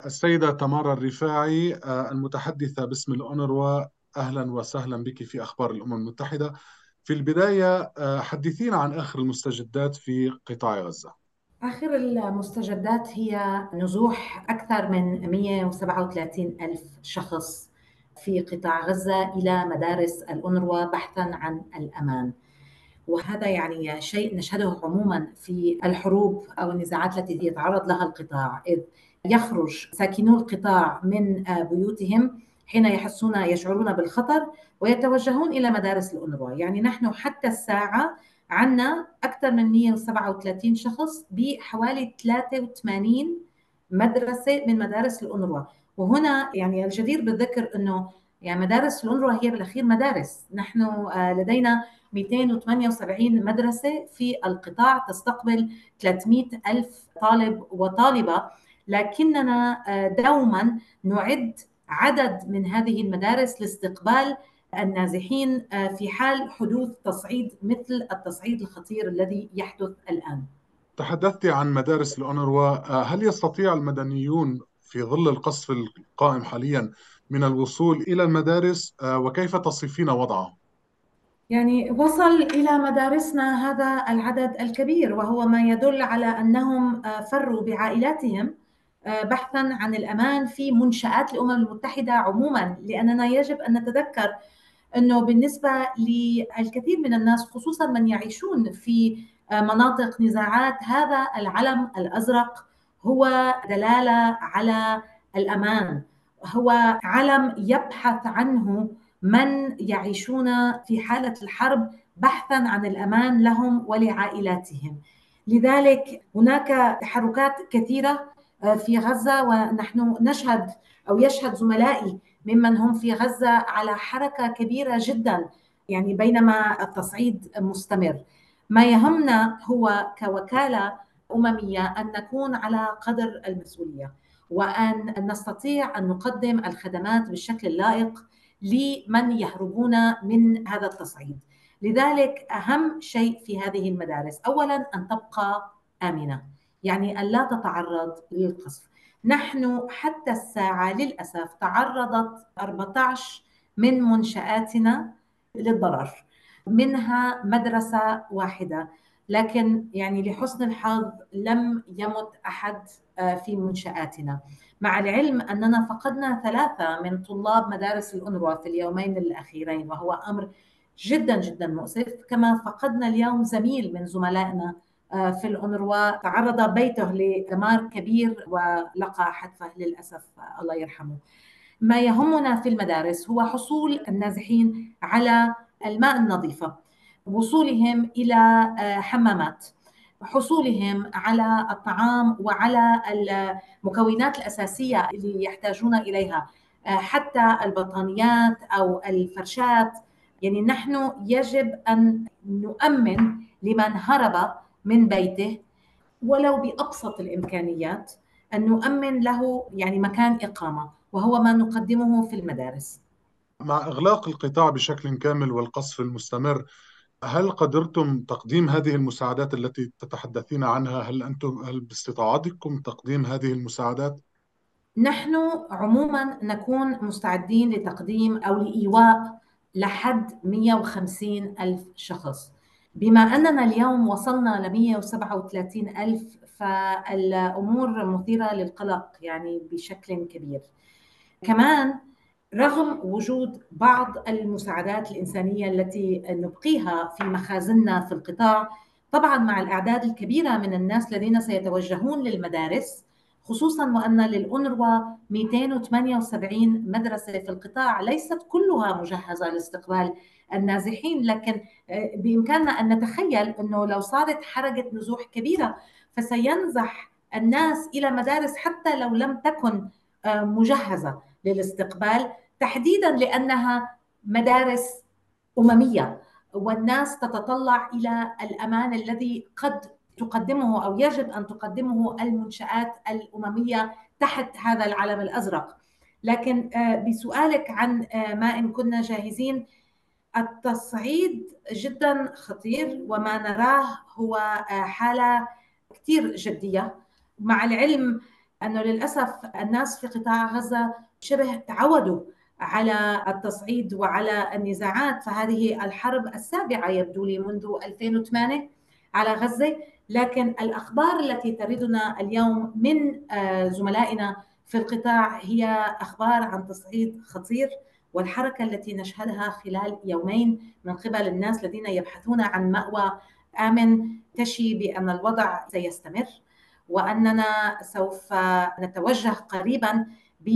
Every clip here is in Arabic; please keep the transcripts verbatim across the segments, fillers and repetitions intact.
السيدة تمارا الرفاعي، آه، المتحدثة باسم الأونروا. أهلا وسهلا بك في أخبار الأمم المتحدة. في البداية، آه، حدثينا عن آخر المستجدات في قطاع غزة. آخر المستجدات هي نزوح أكثر من مئة وسبعة وثلاثين ألف شخص في قطاع غزة إلى مدارس الأونروا بحثا عن الأمان. وهذا يعني شيء نشهده عموما في الحروب أو النزاعات التي يتعرض لها القطاع، إذ يخرج ساكنو القطاع من بيوتهم حين يحسون يشعرون بالخطر ويتوجهون إلى مدارس الأونروا. يعني نحن حتى الساعة عندنا أكثر من مئة وسبعة وثلاثين شخص بحوالي ثلاثة وثمانين مدرسة من مدارس الأونروا. وهنا يعني الجدير بالذكر أنه يعني مدارس الأونروا هي بالأخير مدارس. نحن آه، لدينا مئتين وثمانية وسبعين مدرسة في القطاع تستقبل ثلاثمئة ألف طالب وطالبة، لكننا آه، دوما نعد عدد من هذه المدارس لاستقبال النازحين آه، في حال حدوث تصعيد مثل التصعيد الخطير الذي يحدث الآن. تحدثت عن مدارس الأونروا. آه، هل يستطيع المدنيون في ظل القصف القائم حاليا من الوصول إلى المدارس، آه، وكيف تصفين وضعه؟ يعني وصل إلى مدارسنا هذا العدد الكبير، وهو ما يدل على أنهم آه، فروا بعائلاتهم آه، بحثا عن الأمان في منشآت الأمم المتحدة عموما. لأننا يجب أن نتذكر أنه بالنسبة للكثير من الناس خصوصا من يعيشون في آه، مناطق نزاعات، هذا العلم الأزرق هو دلالة على الأمان، هو علم يبحث عنه من يعيشون في حالة الحرب بحثا عن الأمان لهم ولعائلاتهم. لذلك هناك تحركات كثيرة آه، في غزة، ونحن نشهد أو يشهد زملائي ممن هم في غزة على حركة كبيرة جدا، يعني بينما التصعيد مستمر. ما يهمنا هو كوكالة أممية أن نكون على قدر المسؤولية، وأن نستطيع أن نقدم الخدمات بالشكل اللائق لمن يهربون من هذا التصعيد. لذلك أهم شيء في هذه المدارس أولا أن تبقى آمنة، يعني أن لا تتعرض للقصف. نحن حتى الساعة للأسف تعرضت أربعة عشر من منشآتنا للضرر، منها مدرسة واحدة، لكن يعني لحسن الحظ لم يمت أحد آه، في منشآتنا. مع العلم أننا فقدنا ثلاثة من طلاب مدارس الأونروا في اليومين الأخيرين، وهو أمر جدا جدا مؤسف. كما فقدنا اليوم زميل من زملائنا آه، في الأونروا، تعرض بيته لدمار كبير ولقى حتفه للأسف، آه، الله يرحمه. ما يهمنا في المدارس هو حصول النازحين على الماء النظيفة، وصولهم إلى آه، حمامات، حصولهم على الطعام وعلى المكونات الأساسية اللي يحتاجون إليها، آه، حتى البطانيات أو الفرشات. يعني نحن يجب أن نؤمن لمن هرب من بيته ولو بأبسط الإمكانيات، أن نؤمن له يعني مكان إقامة، وهو ما نقدمه في المدارس. مع إغلاق القطاع بشكل كامل والقصف المستمر، هل قدرتم تقديم هذه المساعدات التي تتحدثين عنها؟ هل أنتم هل باستطاعتكم تقديم هذه المساعدات؟ نحن عموما نكون مستعدين لتقديم أو لإيواء لحد مئة وخمسين ألف شخص. بما أننا اليوم وصلنا ل مئة وسبعة وثلاثين ألف، فالأمور مثيرة للقلق يعني بشكل كبير. كمان رغم وجود بعض المساعدات الإنسانية التي نبقيها في مخازننا في القطاع، طبعا مع الأعداد الكبيرة من الناس الذين سيتوجهون للمدارس، خصوصا وأن للأونروا مئتين وثمانية وسبعين مدرسة في القطاع ليست كلها مجهزة لاستقبال النازحين. لكن آه، بإمكاننا أن نتخيل أنه لو صارت حركة نزوح كبيرة فسينزح الناس إلى مدارس حتى لو لم تكن آه، مجهزة للاستقبال، تحديدا لأنها مدارس أممية، والناس تتطلع إلى الأمان الذي قد تقدمه أو يجب أن تقدمه المنشآت الأممية تحت هذا العلم الأزرق. لكن آه، بسؤالك عن آه، ما إن كنا جاهزين، التصعيد جدا خطير، وما نراه هو آه، حالة كثير جدية. مع العلم أنه للأسف الناس في قطاع غزة شبه تعودوا على التصعيد وعلى النزاعات، فهذه الحرب السابعة يبدو لي منذ ألفين وثمانية على غزة. لكن الأخبار التي تردنا اليوم من زملائنا في القطاع هي أخبار عن تصعيد خطير، والحركة التي نشهدها خلال يومين من قبل الناس الذين يبحثون عن مأوى آمن تشي بأن الوضع سيستمر، وأننا سوف نتوجه قريبا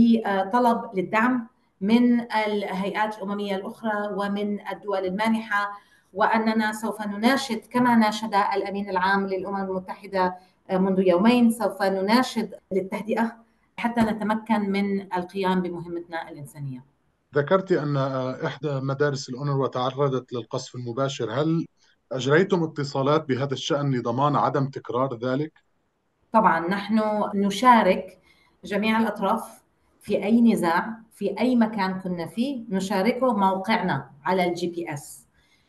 بطلب للدعم من الهيئات الأممية الأخرى ومن الدول المانحة، وأننا سوف نناشد كما ناشد الأمين العام للأمم المتحدة منذ يومين، سوف نناشد للتهدئة حتى نتمكن من القيام بمهمتنا الإنسانية. ذكرت أن إحدى مدارس الأونروا تعرضت للقصف المباشر، هل أجريتم اتصالات بهذا الشأن لضمان عدم تكرار ذلك؟ طبعا نحن نشارك جميع الأطراف في أي نزاع في أي مكان كنا فيه، نشاركه موقعنا على الجي بي اس.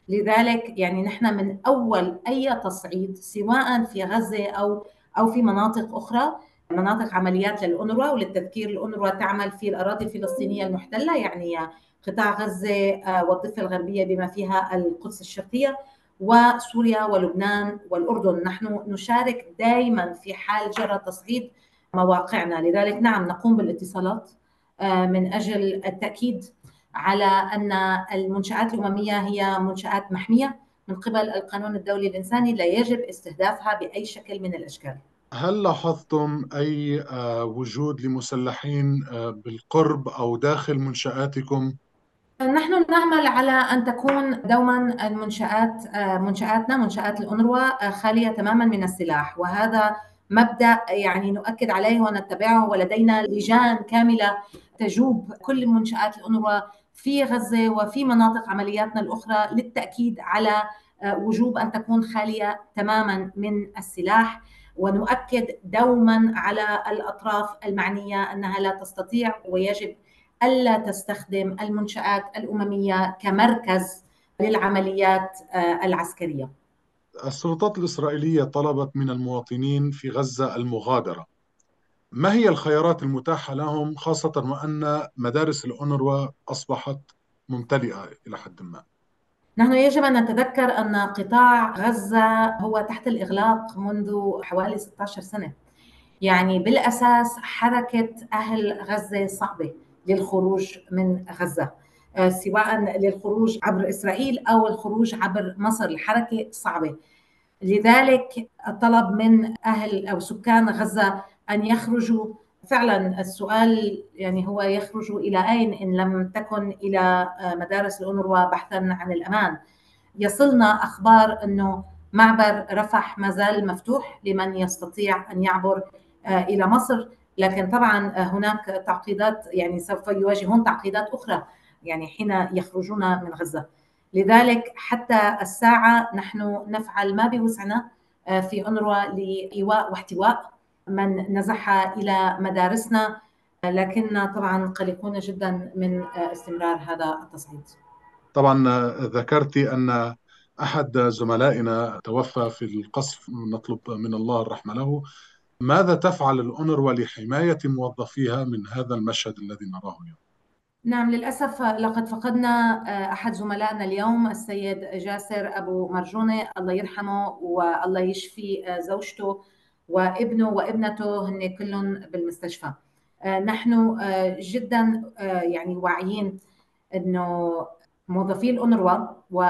لذلك يعني نحن من أول أي تصعيد سواء في غزة أو أو في مناطق أخرى، مناطق عمليات للأونروا، وللتذكير الأونروا تعمل في الأراضي الفلسطينية المحتلة، يعني قطاع غزة والضفة الغربية بما فيها القدس الشرقية وسوريا ولبنان والأردن. نحن نشارك دائما في حال جرى تصعيد مواقعنا، لذلك نعم نقوم بالاتصالات من أجل التأكيد على أن المنشآت الأممية هي منشآت محمية من قبل القانون الدولي الإنساني، لا يجب استهدافها بأي شكل من الأشكال. هل لاحظتم أي وجود لمسلحين بالقرب أو داخل منشآتكم؟ نحن نعمل على أن تكون دوما المنشآت منشآتنا منشآت الأونروا خالية تماما من السلاح، وهذا مبدأ يعني نؤكد عليه ونتبعه، ولدينا لجان كاملة تجوب كل منشآت الأونروا في غزة وفي مناطق عملياتنا الأخرى للتأكيد على وجوب أن تكون خالية تماما من السلاح، ونؤكد دوما على الأطراف المعنية أنها لا تستطيع ويجب ألا تستخدم المنشآت الأممية كمركز للعمليات العسكرية. السلطات الإسرائيلية طلبت من المواطنين في غزة المغادرة، ما هي الخيارات المتاحة لهم، خاصة وأن مدارس الأونروا أصبحت ممتلئة إلى حد ما؟ نحن يجب أن نتذكر أن قطاع غزة هو تحت الإغلاق منذ حوالي ستة عشر سنة، يعني بالأساس حركة أهل غزة صعبة للخروج من غزة، سواء للخروج عبر إسرائيل أو الخروج عبر مصر، الحركة صعبة. لذلك الطلب من أهل أو سكان غزة أن يخرجوا. فعلا السؤال يعني هو يخرجوا إلى أين إن لم تكن إلى مدارس الأونروا بحثا عن الأمان؟ يصلنا أخبار أنه معبر رفح ما زال مفتوح لمن يستطيع أن يعبر إلى مصر، لكن طبعا هناك تعقيدات، يعني سوف يواجهون تعقيدات أخرى يعني حين يخرجون من غزة. لذلك حتى الساعة نحن نفعل ما بوسعنا في أونروا لإيواء واحتواء من نزح إلى مدارسنا، لكننا طبعا قلقون جدا من استمرار هذا التصعيد. طبعا ذكرت أن أحد زملائنا توفى في القصف، نطلب من الله الرحمة له. ماذا تفعل الأونروا لحماية موظفيها من هذا المشهد الذي نراه اليوم؟ نعم للأسف لقد فقدنا أحد زملائنا اليوم، السيد جاسر أبو مرجونة الله يرحمه والله يشفي زوجته وابنه وابنته، هن كلهم بالمستشفى. نحن جدا يعني واعيين أنه موظفي الأونروا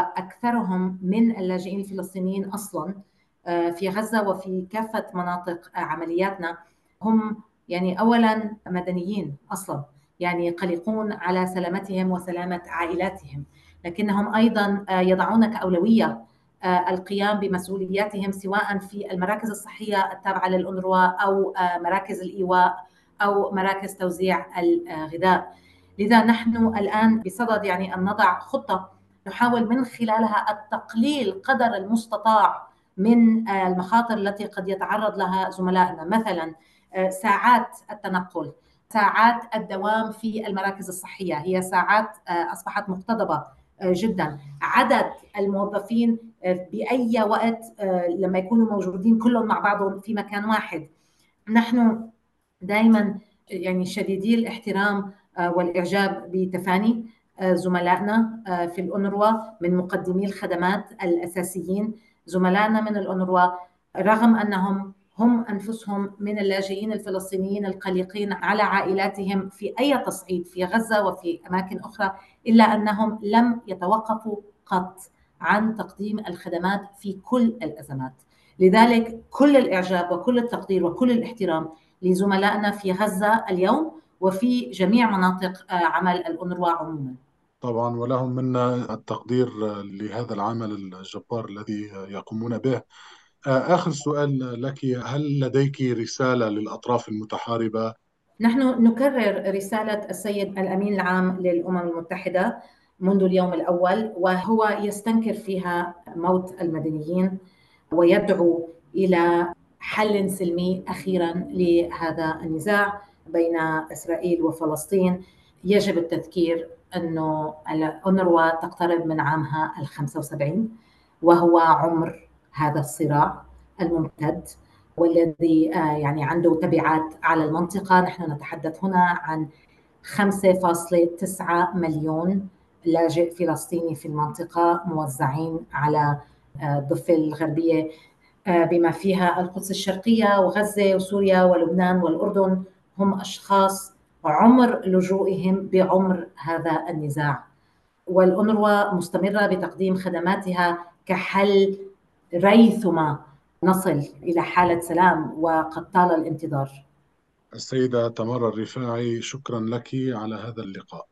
وأكثرهم من اللاجئين الفلسطينيين أصلا في غزة وفي كافة مناطق عملياتنا هم يعني أولا مدنيين أصلا، يعني قلقون على سلامتهم وسلامة عائلاتهم، لكنهم أيضا يضعون كأولوية القيام بمسؤولياتهم سواء في المراكز الصحية التابعة للأونروا أو مراكز الإيواء أو مراكز توزيع الغذاء. لذا نحن الآن بصدد يعني أن نضع خطة نحاول من خلالها التقليل قدر المستطاع من المخاطر التي قد يتعرض لها زملائنا، مثلا ساعات التنقل، ساعات الدوام في المراكز الصحية، هي ساعات أصبحت مقتضبة جدا، عدد الموظفين بأي وقت لما يكونوا موجودين كلهم مع بعضهم في مكان واحد. نحن دائما يعني شديدي الاحترام والإعجاب بتفاني زملائنا في الأونروا من مقدمي الخدمات الأساسيين. زملائنا من الأونروا رغم أنهم هم أنفسهم من اللاجئين الفلسطينيين القلقين على عائلاتهم في أي تصعيد في غزة وفي أماكن أخرى، إلا أنهم لم يتوقفوا قط عن تقديم الخدمات في كل الأزمات. لذلك كل الإعجاب وكل التقدير وكل الاحترام لزملائنا في غزة اليوم وفي جميع مناطق عمل الأونروا عموما. طبعا، ولهم منا التقدير لهذا العمل الجبار الذي يقومون به. آخر سؤال لك، هل لديك رسالة للأطراف المتحاربة؟ نحن نكرر رسالة السيد الأمين العام للأمم المتحدة منذ اليوم الأول، وهو يستنكر فيها موت المدنيين ويدعو إلى حل سلمي أخيرا لهذا النزاع بين إسرائيل وفلسطين. يجب التذكير أنه الأونروا تقترب من عامها الخمسة وسبعين، وهو عمر هذا الصراع الممتد والذي يعني عنده تبعات على المنطقة. نحن نتحدث هنا عن خمسة فاصلة تسعة مليون لاجئ فلسطيني في المنطقة موزعين على الضفة الغربية بما فيها القدس الشرقية وغزة وسوريا ولبنان والأردن. هم أشخاص عمر لجوئهم بعمر هذا النزاع، والأونروا مستمرة بتقديم خدماتها كحل ريثما نصل إلى حالة سلام، وقد طال الانتظار. السيدة تمارا الرفاعي، شكرا لك على هذا اللقاء.